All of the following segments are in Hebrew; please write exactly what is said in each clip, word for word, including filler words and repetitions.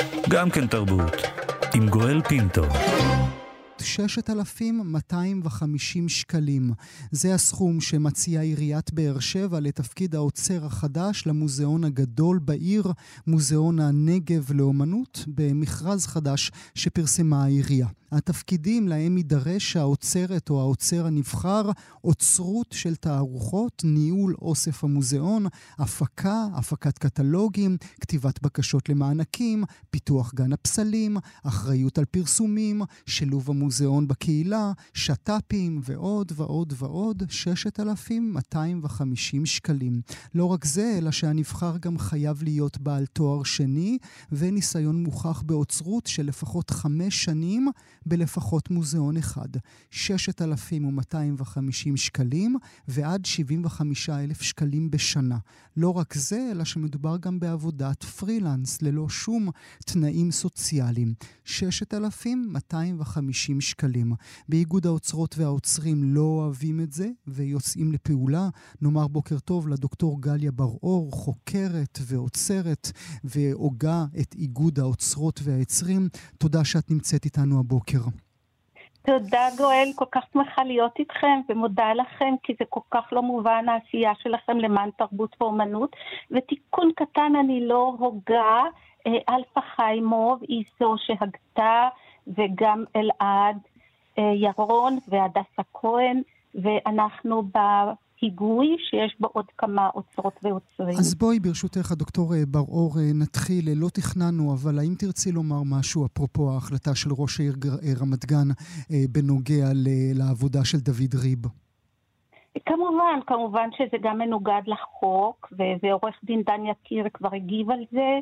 גם כן תרבות, עם גואל פינטו. ששת אלפים מאתיים וחמישים שקלים. זה הסכום שמציעה עיריית באר שבע לתפקיד האוצר החדש למוזיאון הגדול בעיר, מוזיאון הנגב לאומנות, במכרז חדש שפרסמה העירייה. התפקידים להם יידרש האוצרת או האוצר הנבחר: אוצרות של תערוכות, ניהול אוסף המוזיאון, הפקה, הפקת קטלוגים, כתיבת בקשות למענקים, פיתוח גן הפסלים, אחריות על פרסומים, שילוב המוזיאון בקהילה, שטאפים ועוד ועוד ועוד. ששת אלפים מאתיים וחמישים שקלים. לא רק זה, אלא שהנבחר גם חייב להיות בעל תואר שני וניסיון מוכח באוצרות של לפחות חמש שנים בלפחות מוזיאון אחד. ששת אלפים ומאתיים וחמישים שקלים ועד שבעים וחמישה אלף שקלים בשנה. לא רק זה, אלא שמדובר גם בעבודת פרילנס ללא שום תנאים סוציאליים. ששת אלפים מאתיים וחמישים שקלים. באיגוד האוצרות והאוצרים לא אוהבים את זה ויוצאים לפעולה. נאמר בוקר טוב לדוקטור גליה בר-אור, חוקרת ואוצרת והוגה את איגוד האוצרות והיצרים. תודה שאת נמצאת איתנו הבוקר. תודה גואל, כל כך שמחה להיות איתכם ומודה לכם, כי זה כל כך לא מובן העשייה שלכם למען תרבות ואומנות. ותיקון קטן, אני לא הוגה, אלפה חיימוב היא זו שהגתה, וגם אלעד ירון והדסה כהן, ואנחנו בהיגוי שיש בו עוד כמה אוצרות ואוצרים. אז בואי ברשותך הדוקטור בר-אור נתחיל. לא תכננו, אבל האם תרצי לומר משהו אפרופו ההחלטה של ראש העיר רמת גן בנוגע לעבודה של דוד ריב? כמובן, כמובן שזה גם מנוגד לחוק, ועורך דין דן יקיר כבר הגיב על זה,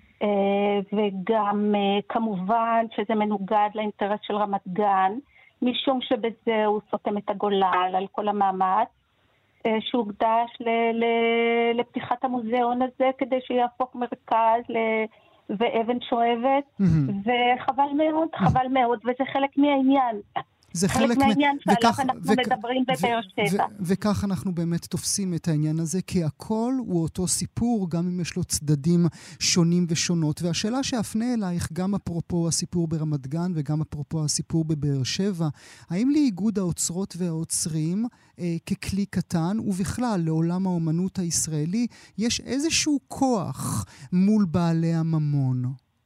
וגם כמובן שזה מנוגד לאינטרס של רמת גן, משום שבזה הוא סותם את הגולל על כל המאמץ שהוקדש ל- ל- לפתיחת המוזיאון הזה, כדי שיהפוך מרכז ל- ואבן שואבת, mm-hmm. וחבל מאוד, חבל mm-hmm. מאוד, וזה חלק מהעניין. זה חלק חלק מהעניין מ... שעליו וכך, אנחנו וכ... מדברים בבאר שבע. ו- ו- וכך אנחנו באמת תופסים את העניין הזה, כי הכל הוא אותו סיפור, גם אם יש לו צדדים שונים ושונות. והשאלה שאפנה אלייך, גם אפרופו הסיפור ברמת גן וגם אפרופו הסיפור בבאר שבע, האם לאיגוד האוצרות והאוצרים אה, ככלי קטן, ובכלל לעולם האומנות הישראלי, יש איזשהו כוח מול בעלי הממון?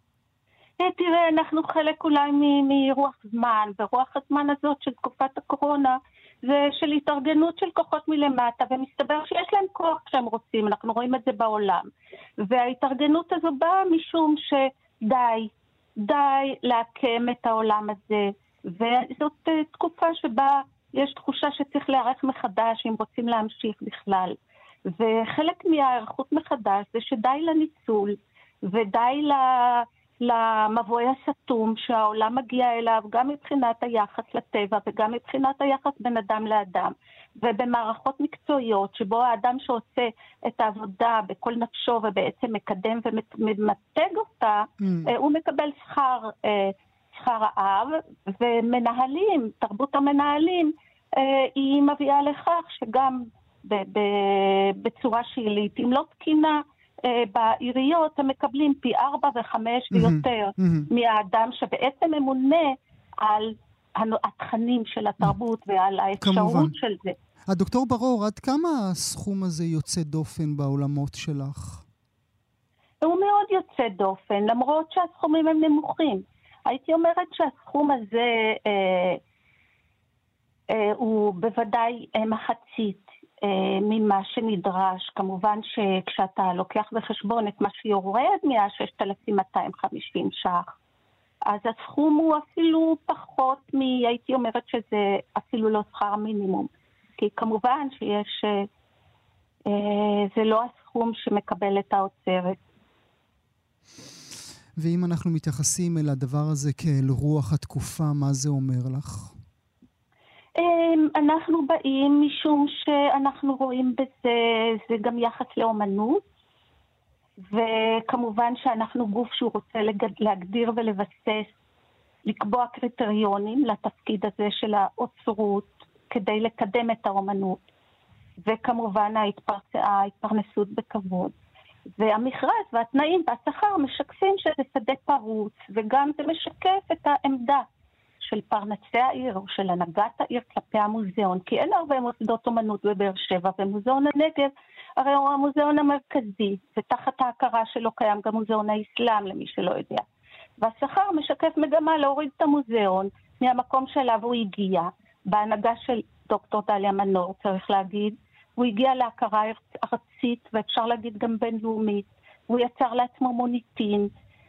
תראה, אנחנו חלק אולי מרוח זמן, ורוח הזמן הזאת של תקופת הקורונה, זה של התארגנות של כוחות מלמטה, ומסתבר שיש להם כוח כשהם רוצים, אנחנו רואים את זה בעולם. וההתארגנות הזו באה משום שדי, די להקם את העולם הזה, וזאת תקופה שבה יש תחושה שצריך להיערך מחדש אם רוצים להמשיך בכלל. וחלק מהערכות מחדש זה שדי לניצול, ודי ל... למבוי הסתום שהעולם מגיע אליו, גם מבחינת היחס לטבע וגם מבחינת היחס בין אדם לאדם, ובמערכות מקצועיות שבו האדם שעושה את העבודה בכל נפשו ובעצם מקדם ומתג אותה, mm. הוא מקבל שכר, שכר רעב, ומנהלים, תרבות המנהלים, היא מביאה לכך שגם בצורה שהיא לעתים לא תקינה, בעיריות הם מקבלים פי ארבע וחמש ויותר מהאדם שבעצם ממונה על התכנים של התרבות ועל האפשרות של זה. הדוקטור בר-אור, עד כמה הסכום הזה יוצא דופן בעולמות שלך? הוא מאוד יוצא דופן, למרות שהסכומים הם נמוכים. הייתי אומרת שהסכום הזה אה, אה, הוא בוודאי מחצית ממה שנדרש. כמובן שכשאתה לוקח בחשבון את מה שיורד מה-ששת אלפים מאתיים וחמישים ש"ח, אז הסכום הוא אפילו פחות מ... הייתי אומרת שזה אפילו לא שכר מינימום. כי כמובן שיש... זה לא הסכום שמקבל את האוצרת. ואם אנחנו מתייחסים אל הדבר הזה כאל רוח התקופה, מה זה אומר לך? אנחנו באים משום שאנחנו רואים בזה, זה גם יחס לאומנות, וכמובן שאנחנו גוף שהוא רוצה להגדיר ולבסס, לקבוע קריטריונים לתפקיד הזה של האוצרות, כדי לקדם את האומנות, וכמובן ההתפרנסות בכבוד. והמכרז והתנאים והשכר משקפים שזה שדה פרוץ, וגם זה משקף את העמדה של פרנסי העיר או של הנהגת העיר כלפי המוזיאון, כי אין הרבה מוסדות אומנות בבאר שבע, ומוזיאון הנגב הרי הוא המוזיאון המרכזי, ותחת ההכרה שלו קיים גם מוזיאון האסלאם למי שלא יודע. והשכר משקף מגמה להוריד את המוזיאון מהמקום שאליו הוא הגיע, בהנהגה של דוקטור דליה מנור צריך להגיד, הוא הגיע להכרה ארצית ואפשר להגיד גם בינלאומית, הוא יצר לעצמו מוניטין,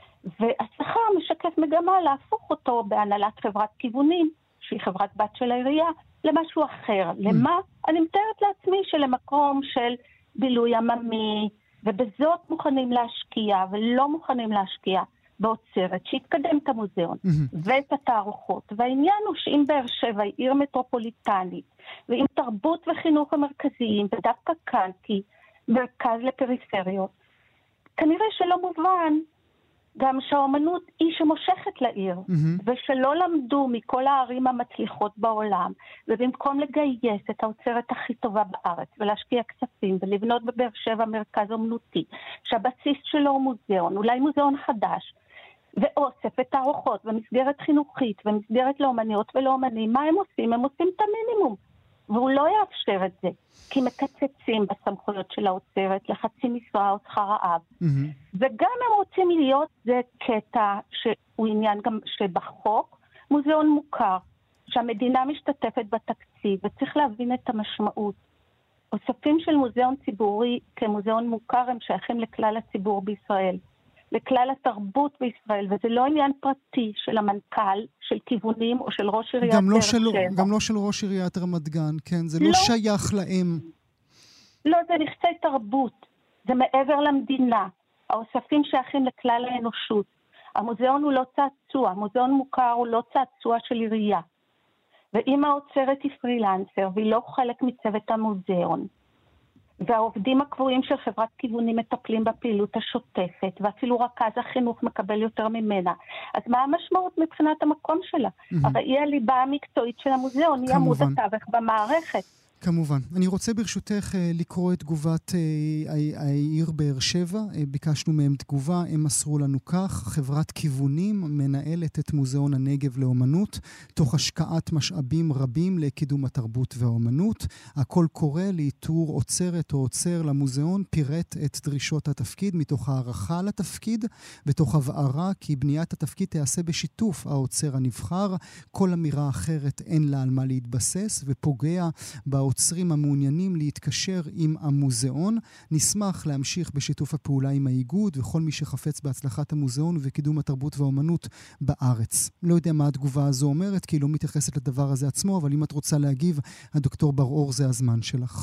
והשכר משקף מגמה להפוך אותו בהנהלת חברת כיוונים, שהיא חברת בת של העירייה, למשהו אחר. Mm. למה? אני מתארת לעצמי שלמקום של בילוי עממי, ובזאת מוכנים להשקיע ולא מוכנים להשקיע באוצרת, שיתקדם את המוזיאון mm-hmm. ואת התערוכות. והעניין הוא שאם באר שבע היא עיר מטרופוליטנית, ועם תרבות וחינוך המרכזיים, ודווקא כאן, כי מרכז לפריפריות, כנראה שלא מובן גם שהאומנות היא שמושכת לעיר, mm-hmm. ושלא למדו מכל הערים המצליחות בעולם, ובמקום לגייס את האוצרת הכי טובה בארץ, ולהשקיע כספים, ולבנות בבאר שבע מרכז אומנותי, שהבסיס שלו הוא מוזיאון, אולי מוזיאון חדש, ואוסף ותערוכות, במסגרת חינוכית, במסגרת לאומניות ולאומנים, מה הם עושים? הם עושים את המינימום. והוא לא יאפשר את זה, כי מקצצים בסמכויות של האוצרת לחצי משרה או שכר רעב. Mm-hmm. וגם הם רוצים להיות, זה קטע שהוא עניין גם שבחוק, מוזיאון מוכר, שהמדינה משתתפת בתקציב, וצריך להבין את המשמעות. אוספים של מוזיאון ציבורי כמוזיאון מוכר הם שייכים לכלל הציבור בישראל, לכלל התרבות בישראל, וזה לא עניין פרטי של המנכ"ל, של כיוונים או של ראש עיריית גם לא של, גם לא של ראש עיריית רמת גן, כן, זה לא, לא שייך להם. לא, זה נכסי תרבות, זה מעבר למדינה. האוספים שייכים לכלל האנושות. המוזיאון הוא לא צעצוע, המוזיאון מוכר הוא לא צעצוע של עירייה. ואם האוצרת היא פרילנסר והיא לא חלק מצוות המוזיאון, והעובדים הקבועים של חברת כיוונים מטפלים בפעילות השוטפת, ואפילו רכז החינוך מקבל יותר ממנה. אז מה המשמעות מבחינת המקום שלה? Mm-hmm. הרי היא הליבה המקצועית של המוזיאון, היא עמוד התווך במערכת. כמובן. אני רוצה ברשותך לקרוא את תגובת העיר באר שבע. ביקשנו מהם תגובה, הם מסרו לנו כך: חברת כיוונים מנהלת את מוזיאון הנגב לאומנות, תוך השקעת משאבים רבים לקידום התרבות והאומנות. הכל קורא לאיתור אוצרת או אוצר למוזיאון, פירט את דרישות התפקיד מתוך הערכה לתפקיד, בתוך הבהרה כי בניית התפקיד תיעשה בשיתוף האוצר הנבחר. כל אמירה אחרת אין לה על מה להתבסס ופוגע באוצר עוצרים המעוניינים להתקשר עם המוזיאון. נשמח להמשיך בשיתוף הפעולה עם האיגוד וכל מי שחפץ בהצלחת המוזיאון וקידום התרבות והאומנות בארץ. לא יודע מה התגובה הזו אומרת, כי היא לא מתייחסת לדבר הזה עצמו, אבל אם את רוצה להגיב, הדוקטור בר-אור, זה הזמן שלך.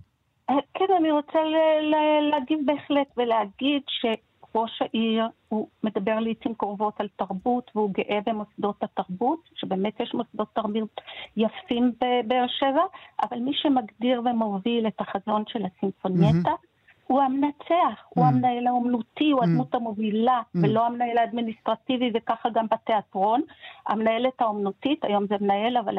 כן, אני רוצה להגיב בהחלט ולהגיד ש... ראש העיר הוא מדבר לעתים קרובות על תרבות, והוא גאה במוסדות התרבות, שבאמת יש מוסדות תרבות יפים בבאר שבע, אבל מי שמגדיר ומוביל את החזון של הסימפונייטה, mm-hmm. הוא המנצח, mm-hmm. הוא המנהל האומנותי, הוא הדמות המובילה, mm-hmm. ולא המנהל האדמיניסטרטיבי, וככה גם בתיאטרון. המנהלת האומנותית, היום זה מנהל, אבל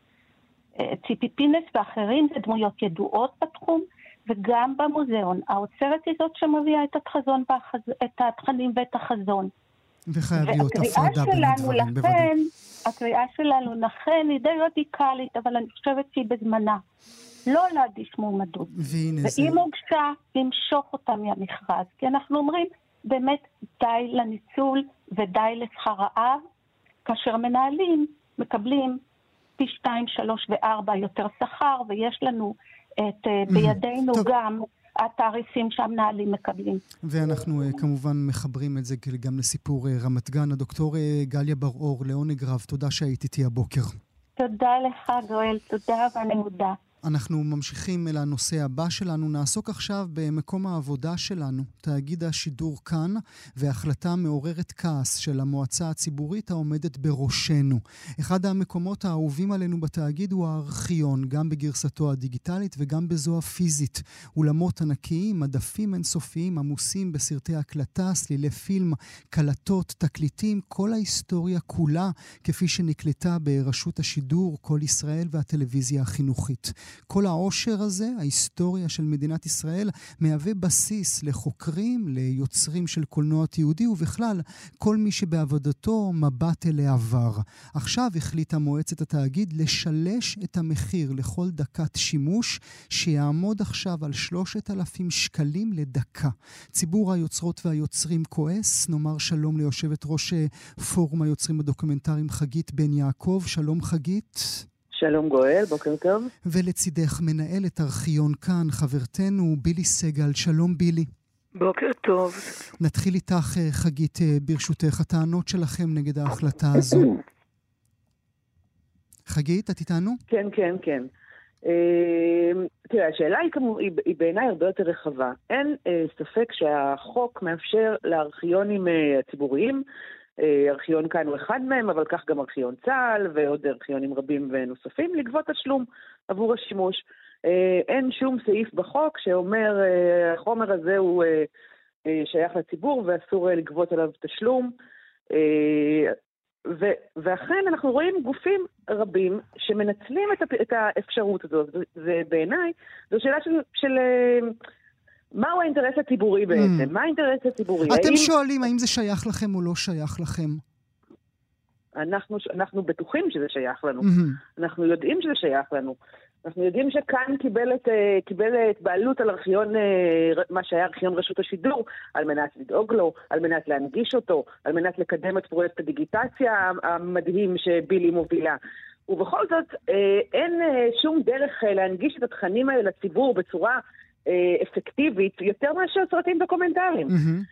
ציפי פינס ואחרים, זה דמויות ידועות בתחום, וגם במוזיאון. האוצרת היא זאת שמביאה את החזון, את התכנים ואת החזון. וחייב להיות הפרדה בין הדברים, בוודאי. הקריאה שלנו לכן היא די רדיקלית, אבל אני חושבת שהיא בזמנה. לא להגיש מועמדות. ואם הוגשה, למשוך אותה מהמכרז. כי אנחנו אומרים, באמת די לניצול ודי לשכר רעב, כאשר מנהלים מקבלים פי שתיים, שלוש וארבע יותר שכר, ויש לנו את בידינו טוב. גם התעריפים שהמנהלים מקבלים. ואנחנו כמובן מחברים את זה גם לסיפור רמת גן. הדוקטור גליה בר-אור, לעונג רב, תודה שהיית איתי הבוקר. תודה לך גואל, תודה ואני מודה. אנחנו ממשיכים אל הנושא הבא שלנו. נעסוק עכשיו במקום העבודה שלנו, תאגיד השידור כאן, והחלטה מעוררת כעס של המועצה הציבורית העומדת בראשנו. אחד המקומות האהובים עלינו בתאגיד הוא הארכיון, גם בגרסתו הדיגיטלית וגם בזו הפיזית. אולמות ענקיים, מדפים אינסופיים, עמוסים בסרטי הקלטה, סלילי פילם, קלטות, תקליטים, כל ההיסטוריה כולה, כפי שנקלטה ברשות השידור, כל ישראל והטלוויזיה החינוכית. כל העושר הזה, ההיסטוריה של מדינת ישראל, מהווה בסיס לחוקרים, ליוצרים של קולנוע תיעודי, ובכלל, כל מי שבעבודתו מבט אל העבר. עכשיו החליטה מועצת התאגיד לשלש את המחיר לכל דקת שימוש, שיעמוד עכשיו על שלושת אלפים שקלים לדקה. ציבור היוצרות והיוצרים כועס, נאמר שלום ליושבת ראש פורום היוצרים הדוקומנטריים חגית בן יעקב. שלום חגית. שלום גואל, בוקר טוב. ולצידך מנהלת ארכיון כאן, חברתנו בילי סגל. שלום בילי. בוקר טוב. נתחיל איתך חגית ברשותך, הטענות שלכם נגד ההחלטה הזו. חגית, את איתנו? כן, כן, כן. תראה, השאלה היא, היא בעיניי הרבה יותר רחבה. אין ספק שהחוק מאפשר לארכיונים הציבוריים, ארכיון כאן הוא אחד מהם, אבל כך גם ארכיון צה"ל ועוד ארכיונים רבים ונוספים, לגבות תשלום עבור השימוש. אין שום סעיף בחוק שאומר החומר הזה הוא שייך לציבור ואסור לגבות עליו תשלום. ואכן אנחנו רואים גופים רבים שמנצלים את האפשרות הזאת. ובעיניי זו שאלה של... של מהו האינטרס הציבורי בעצם? מה האינטרס הציבורי? אתם האם... שואלים האם זה שייך לכם או לא שייך לכם? אנחנו, אנחנו בטוחים שזה שייך לנו. Mm-hmm. אנחנו יודעים שזה שייך לנו. אנחנו יודעים שכאן קיבל את, קיבל את בעלות על ארכיון, מה שהיה ארכיון רשות השידור, על מנת לדאוג לו, על מנת להנגיש אותו, על מנת לקדם את פרויקט הדיגיטציה המדהים שבילי מובילה. ובכל זאת, אין שום דרך להנגיש את התכנים האלה לציבור בצורה אפקטיבית, יותר מאשר סרטים דוקומנטריים.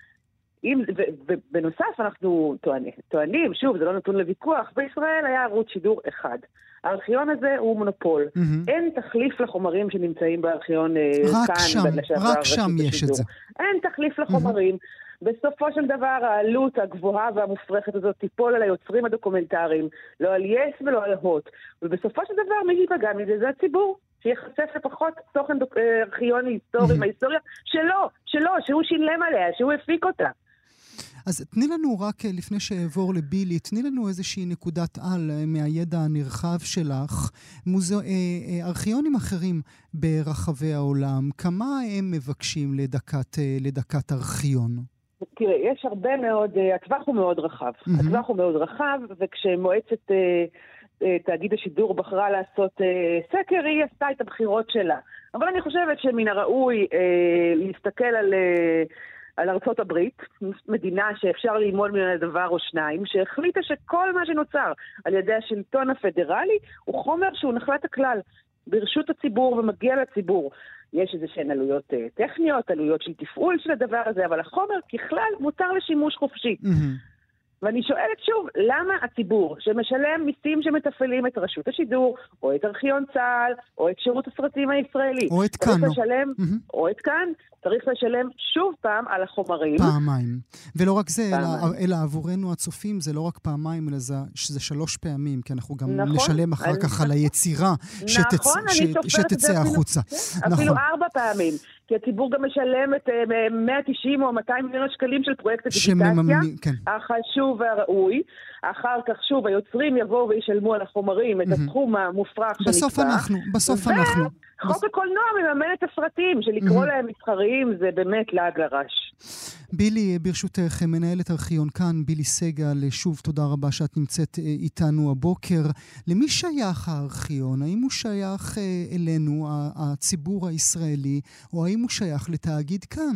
ובנוסף אנחנו טוענים, טוענים, שוב, זה לא נתון לוויכוח, בישראל היה ערוץ שידור אחד. הארכיון הזה הוא מונופול. אין תחליף לחומרים שנמצאים בארכיון כאן. רק שם, רק שם יש את זה. אין תחליף לחומרים. בסופו של דבר, העלות הגבוהה והמופרכת הזאת תיפול על היוצרים הדוקומנטריים, לא על יס ולא על הוט. ובסופו של דבר, מי ייפגע מזה? זה הציבור. שיחשף לפחות תוכן ארכיון היסטורי מההיסטוריה שלו, שלו, שהוא שילם עליה, שהוא הפיק אותה. אז תני לנו רק, לפני שעבור לבילי, תני לנו איזושהי נקודת על מהידע הנרחב שלך. מוזא... ארכיונים אחרים ברחבי העולם, כמה הם מבקשים לדקת, לדקת ארכיון? תראה, יש הרבה מאוד, הטווח הוא מאוד רחב. Mm-hmm. הטווח הוא מאוד רחב, וכשמועצת תאגיד השידור בחרה לעשות סקר, היא עשתה את הבחירות שלה. אבל אני חושבת שמן הראוי להסתכל על... על ארצות הברית, מדינה שאפשר ללמוד ממנה דבר או שניים, שהחליטה שכל מה שנוצר על ידי השלטון הפדרלי הוא חומר שהוא נחלת הכלל, ברשות הציבור ומגיע לציבור. יש איזה שהן עלויות טכניות, עלויות של תפעול של הדבר הזה, אבל החומר ככלל מותר לשימוש חופשי. Mm-hmm. ואני שואלת שוב, למה הציבור שמשלם מיסים שמתפעלים את רשות השידור, או את ארכיון צה"ל, או את שירות הסרטים הישראלי, או את כאן, לשלם, mm-hmm. או את כאן, צריך לשלם שוב פעם על החומרים. פעמיים. ולא רק זה, אלא, אלא עבורנו הצופים, זה לא רק פעמיים, אלא זה, שזה שלוש פעמים, כי אנחנו גם נכון, נשלם אחר אני, כך נכון, על היצירה שתצ... נכון, ש... שתצא החוצה. אפילו, אפילו נכון. ארבע פעמים. כי הציבור גם משלם את מאה ותשעים או מאתיים מיליון שקלים של פרויקט הדיגיטציה, כן. החשוב והראוי. אחר כך שוב היוצרים יבואו וישלמו על החומרים את הסכום המופרך שנקבע. בסוף אנחנו, בסוף אנחנו. וחוק הקולנוע מממן את הסרטים, שלקרוא להם מסחריים זה באמת לעג לרש. בילי, ברשותך, מנהלת ארכיון כאן, בילי סגל, שוב תודה רבה שאת נמצאת איתנו הבוקר. למי שייך הארכיון? האם הוא שייך אלינו, הציבור הישראלי, או האם הוא שייך לתאגיד כאן?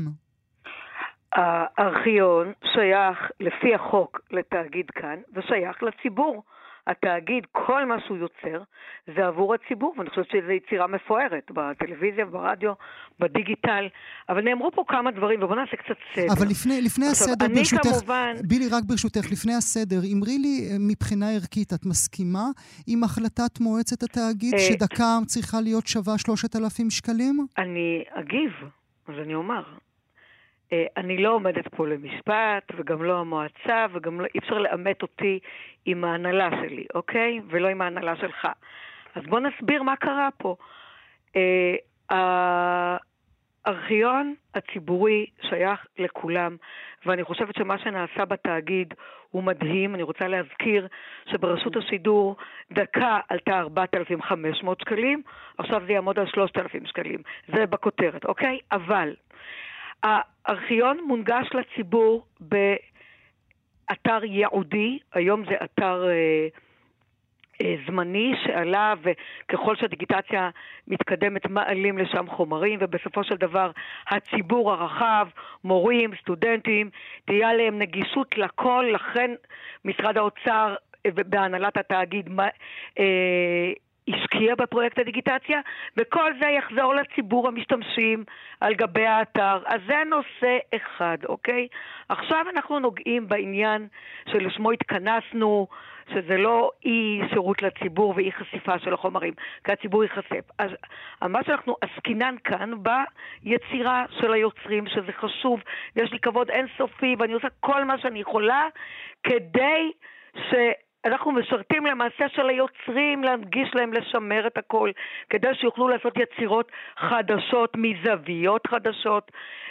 הארכיון שייך לפי החוק לתאגיד כאן, ושייך לציבור. התאגיד, כל מה שהוא יוצר, זה עבור הציבור, ואני חושבת שזו יצירה מפוארת, בטלוויזיה, ברדיו, בדיגיטל, אבל נאמרו פה כמה דברים, ובוא נעשה קצת סדר. אבל לפני, לפני עכשיו, הסדר, ברשותך, כמובן... בילי, רק ברשותך, לפני הסדר, אמרי לי, מבחינה ערכית, את מסכימה עם החלטת מועצת התאגיד, שדקה צריכה להיות שווה שלושת אלפים שקלים? אני אגיב, אז אני אומר. אני לא עומדת פה למשפט, וגם לא המועצה, וגם לא, אי אפשר לאמת אותי עם ההנהלה שלי, אוקיי? ולא עם ההנהלה שלך. אז בוא נסביר מה קרה פה. הארכיון הציבורי שייך לכולם, ואני חושבת שמה שנעשה בתאגיד הוא מדהים. אני רוצה להזכיר שברשות השידור דקה עלתה ארבעת אלפים וחמש מאות שקלים, עכשיו זה יעמוד על שלושת אלפים שקלים. זה בכותרת, אוקיי? אבל הארכיון מונגש לציבור באתר ייעודי, היום זה אתר אה, אה, זמני שעלה, וככל שהדיגיטציה מתקדמת מעלים לשם חומרים, ובסופו של דבר הציבור הרחב, מורים, סטודנטים, תהיה להם נגישות לכל, לכן משרד האוצר בהנהלת התאגיד אה, השקיע בפרויקט הדיגיטציה, וכל זה יחזור לציבור המשתמשים על גבי האתר. אז זה נושא אחד, אוקיי? עכשיו אנחנו נוגעים בעניין שלשמו התכנסנו, שזה לא אי שירות לציבור ואי חשיפה של החומרים, כי הציבור ייחשף. אז מה שאנחנו עסקינן כאן ביצירה של היוצרים, שזה חשוב, ויש לי כבוד אינסופי, ואני עושה כל מה שאני יכולה כדי ש... אנחנו משרתים למעשה של היוצרים, להנגיש להם, לשמר את הכל, כדי שיוכלו לעשות יצירות חדשות, מזוויות חדשות,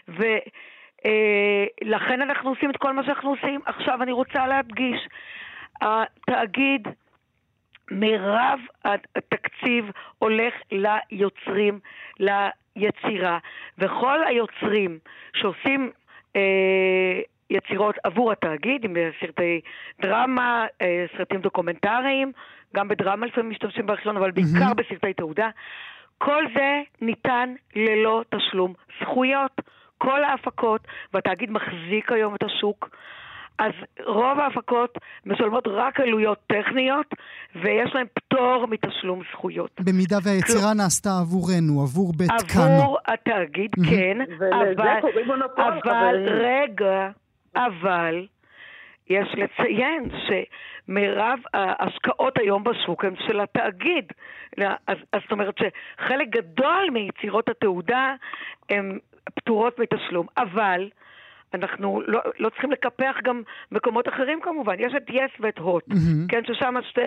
ולכן אנחנו עושים את כל מה שאנחנו עושים. עכשיו אני רוצה להדגיש, התאגיד, מרב התקציב הולך ליוצרים, ליצירה, וכל היוצרים שעושים אה, יצירות עבור התאגיד, עם סרטי דרמה, סרטים דוקומנטריים, גם בדרמה לפעמים משתמשים בארכיון, אבל בעיקר בסרטי תעודה. כל זה ניתן ללא תשלום זכויות. כל ההפקות, והתאגיד מחזיק היום את השוק, אז רוב ההפקות משלמות רק עלויות טכניות, ויש להם פטור מתשלום זכויות. במידה והיצירה נעשתה עבורנו, עבור בית כאן. עבור התאגיד, כן, אבל רגע, אבל יש לציין שמרב ההשקעות היום בשוק הם של התאגיד. אז, אז זאת אומרת שחלק גדול מיצירות התעודה הם פטורות מתשלום, אבל אנחנו לא, לא צריכים לקפח גם מקומות אחרים כמובן. יש את יס ואת הוט, mm-hmm. כן, ששם שתי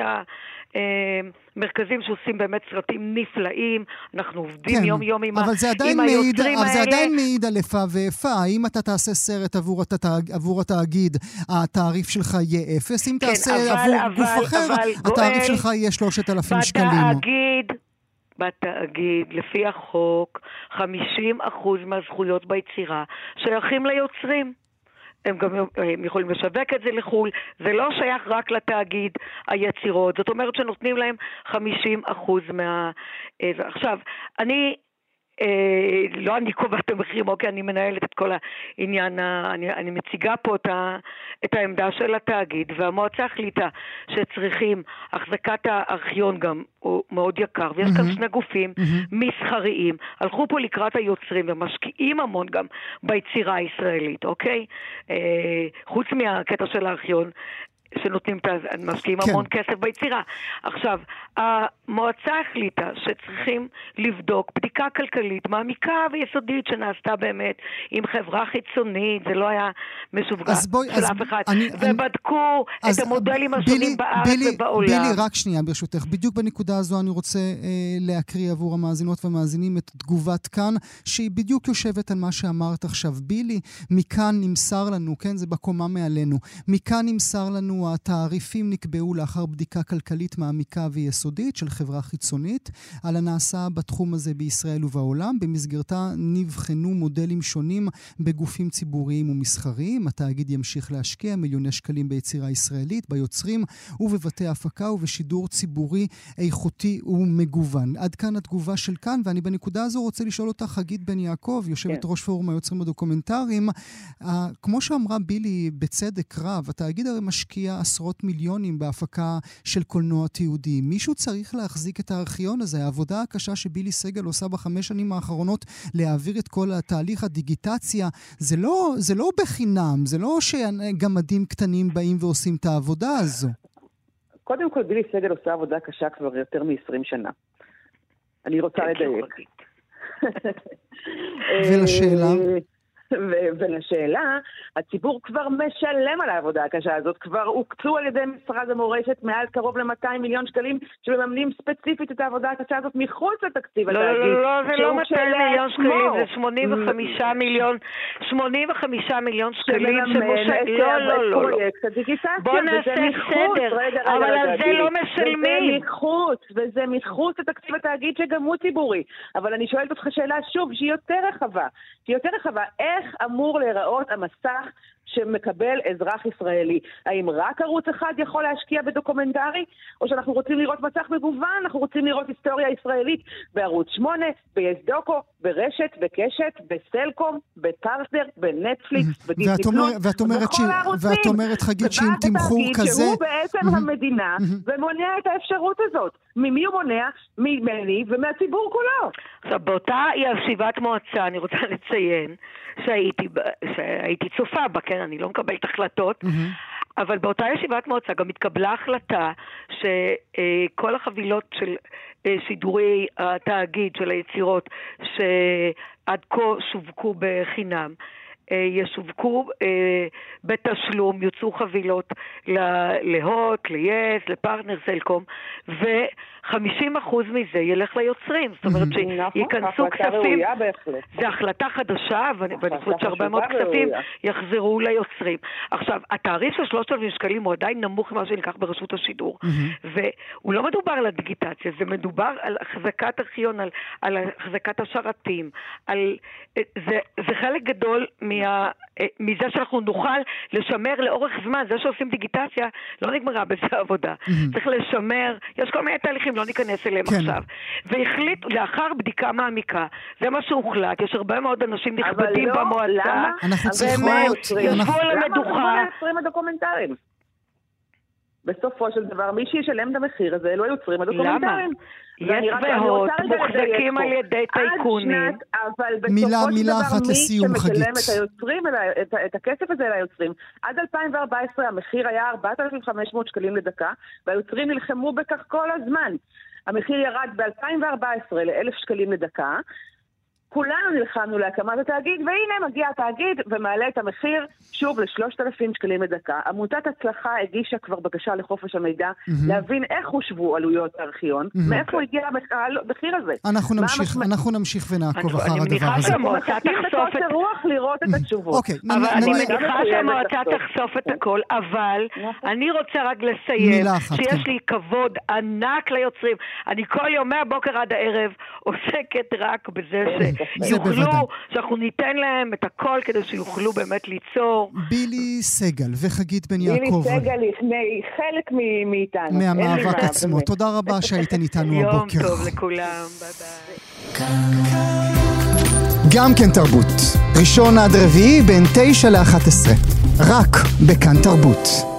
המרכזים שעושים באמת סרטים נפלאים, אנחנו עובדים כן, יום יום עם, ה, עם היוצרים האלה. אבל זה עדיין מעיד על איפה ואיפה. אם אתה תעשה סרט עבור, התאג, עבור התאגיד, התעריף שלך יהיה אפס. אם כן, תעשה אבל, עבור אבל, גוף אחר, אבל, התעריף גואל, שלך יהיה שלושת אלפים שקלים. בתאגיד, בתאגיד, לפי החוק, חמישים אחוז מהזכויות ביצירה שייכים ליוצרים. הם גם הם יכולים לשווק את זה לחול. זה לא שייך רק לתאגיד היצירות. זאת אומרת שנותנים להם חמישים אחוז מה... עכשיו, אני... לא אני קובעת את המחירים, אוקיי, אני מנהלת את כל העניין, אני, אני מציגה פה את, ה, את העמדה של התאגיד, והמועצה החליטה שצריכים, החזקת הארכיון גם הוא מאוד יקר, ויש כאן שני גופים מסחריים, הלכו פה לקראת היוצרים ומשקיעים המון גם ביצירה הישראלית, אוקיי? חוץ מהקטע של הארכיון, שנותנים את המשקיעים כן. המון כסף ביצירה. עכשיו, המועצה החליטה שצריכים לבדוק בדיקה כלכלית מעמיקה ויסודית שנעשתה באמת עם חברה חיצונית, זה לא היה מסווגה של אף אחד. אני, ובדקו אני, את המודלים השונים בארץ בילי, ובעולם. בילי, רק שנייה ברשותך. בדיוק בנקודה הזו אני רוצה אה, להקריא עבור המאזינות והמאזינים את תגובת כאן, שהיא בדיוק יושבת על מה שאמרת עכשיו. בילי, מכאן נמסר לנו, כן, זה בקומה מעלינו, מכאן נמסר לנו התעריפים נקבעו לאחר בדיקה כלכלית מעמיקה ויסודית של חברה חיצונית על הנעשה בתחום הזה בישראל ובעולם. במסגרתה נבחנו מודלים שונים בגופים ציבוריים ומסחריים. התאגיד ימשיך להשקיע מיליוני שקלים ביצירה ישראלית, ביוצרים ובבתי הפקה ובשידור ציבורי איכותי ומגוון. עד כאן התגובה של כאן, ואני בנקודה הזו רוצה לשאול אותך, חגית בן יעקב, יושבת ראש פורום היוצרים הדוקומנטריים. כמו שאמרה בילי בצדק רב, התאגיד הרי משקיע עשרות מיליונים בהפקה של קולנוע תיעודי. מישהו צריך להחזיק את הארכיון הזה. העבודה הקשה שבילי סגל עושה בחמש שנים האחרונות להעביר את כל התהליך הדיגיטציה, זה לא, זה לא בחינם, זה לא שגמדים קטנים באים ועושים את העבודה הזו. קודם כל, בילי סגל עושה עבודה קשה כבר יותר מ-עשרים שנה. אני רוצה לדייק. ולשאלה? ולשאלה, הציבור כבר משלם על העבודה הקשה הזאת, כבר הוקצו על ידי משרד המורשת מעל קרוב ל-מאתיים מיליון שקלים שמממנים ספציפית את העבודה הקשה הזאת מחוץ לתקציב התאגיד. לא, לא, לא, זה לא מאתיים מיליון שקלים, זה שמונים וחמישה מיליון, שמונים וחמישה מיליון שקלים שמושל... לא, לא, לא, לא. בוא נעשה סדר, אבל על זה לא משלמים. וזה מחוץ, וזה מחוץ לתקציב התאגיד שגם הוא ציבורי. אבל אני שואלת אותך שאלה שוב, שהיא יותר רחבה. שהיא יותר רחבה, איך אמור להיראות המסך שמקבל אזרח ישראלי? האם רק ערוץ אחד יכול להשקיע בדוקומנטרי? או שאנחנו רוצים לראות מסך מגוון, אנחנו רוצים לראות היסטוריה ישראלית בערוץ שמונה, ביס דוקו, ברשת, בקשת, בסלקום, בפרטנר, בנטפליקס, בדיסני פלוס, בכל הערוצים. ואת אומרת, חגית, שעם תמחור כזה... שהוא בעצם המדינה ומונע את האפשרות הזאת. ממי הוא מונע? ממני ומהציבור כולו. עכשיו, באותה ישיבת מועצה, אני רוצה לציין שהייתי, שהייתי צופה בה, כן, אני לא מקבלת החלטות, אבל באותה ישיבת מועצה גם התקבלה החלטה שכל החבילות של שידורי התאגיד של היצירות שעד כה שווקו בחינם, ישווקו בתשלום, יוצאו חבילות להוט, ליס, לפרטנר, סלקום, ו-חמישים אחוז מזה ילך ליוצרים. זאת אומרת שיכנסו כספים. זו החלטה חדשה, ואני חושבת שהרבה מאוד כספים יחזרו ליוצרים. עכשיו, התעריף של שלושת אלפים שקלים הוא עדיין נמוך ממה שנלקח ברשות השידור. והוא לא מדובר על הדיגיטציה, זה מדובר על החזקת ארכיון, על החזקת השרתים. זה חלק גדול מה... מזה שאנחנו נוכל לשמר לאורך זמן. זה שעושים דיגיטציה לא נגמרה בזה עבודה. צריך לשמר, יש כל מיני תהליכים, לא ניכנס אליהם עכשיו. והחליט, לאחר בדיקה מעמיקה, זה מה שהוחלט, יש הרבה מאוד אנשים נכבדים במועצה, והם ישבו על המדוכה. למה אנחנו יוצרים הדוקומנטרים? בסופו של דבר, מי שישלם את המחיר הזה, לא יוצרים הדוקומנטרים. יש והות, מוחזקים על ידי טייקונים. אבל מילה, בסופו של מילה דבר, אחת מי לסיום, שמשלם חגית. את היוצרים, את, את הכסף הזה ליוצרים, עד אלפיים וארבע עשרה המחיר היה ארבעת אלפים וחמש מאות שקלים לדקה, והיוצרים נלחמו בכך כל הזמן. המחיר ירד ב-אלפיים וארבע עשרה ל-אלף שקלים לדקה, כולנו נלחמנו להקמת התאגיד, והנה מגיע התאגיד ומעלה את המחיר שוב ל-שלושת אלפים שקלים לדקה. עמותת הצלחה הגישה כבר בקשה לחופש המידע, להבין איך הושבו עלויות הארכיון, מאיפה הגיע המחיר הזה. אנחנו נמשיך ונעקוב אחר הדבר הזה. אני מניחה שהמועצה תחשוף את... רוח לראות את התשובות. אבל אני מניחה שהמועצה תחשוף את הכל, אבל אני רוצה רק לסיים שיש לי כבוד ענק ליוצרים. אני כל יום מהבוקר עד הערב עוסקת רק בזה ש... יוכלו, שאנחנו ניתן להם את הכל כדי שיוכלו באמת ליצור. בילי סגל וחגית בן יעקב. בילי סגל היא חלק מאיתנו. מהמאבק עצמו. תודה רבה שהייתן איתנו הבוקר. יום טוב לכולם, ביי ביי. גם כן תרבות. ראשון עד רביעי בין תשע לאחת עשרה. רק בכאן תרבות.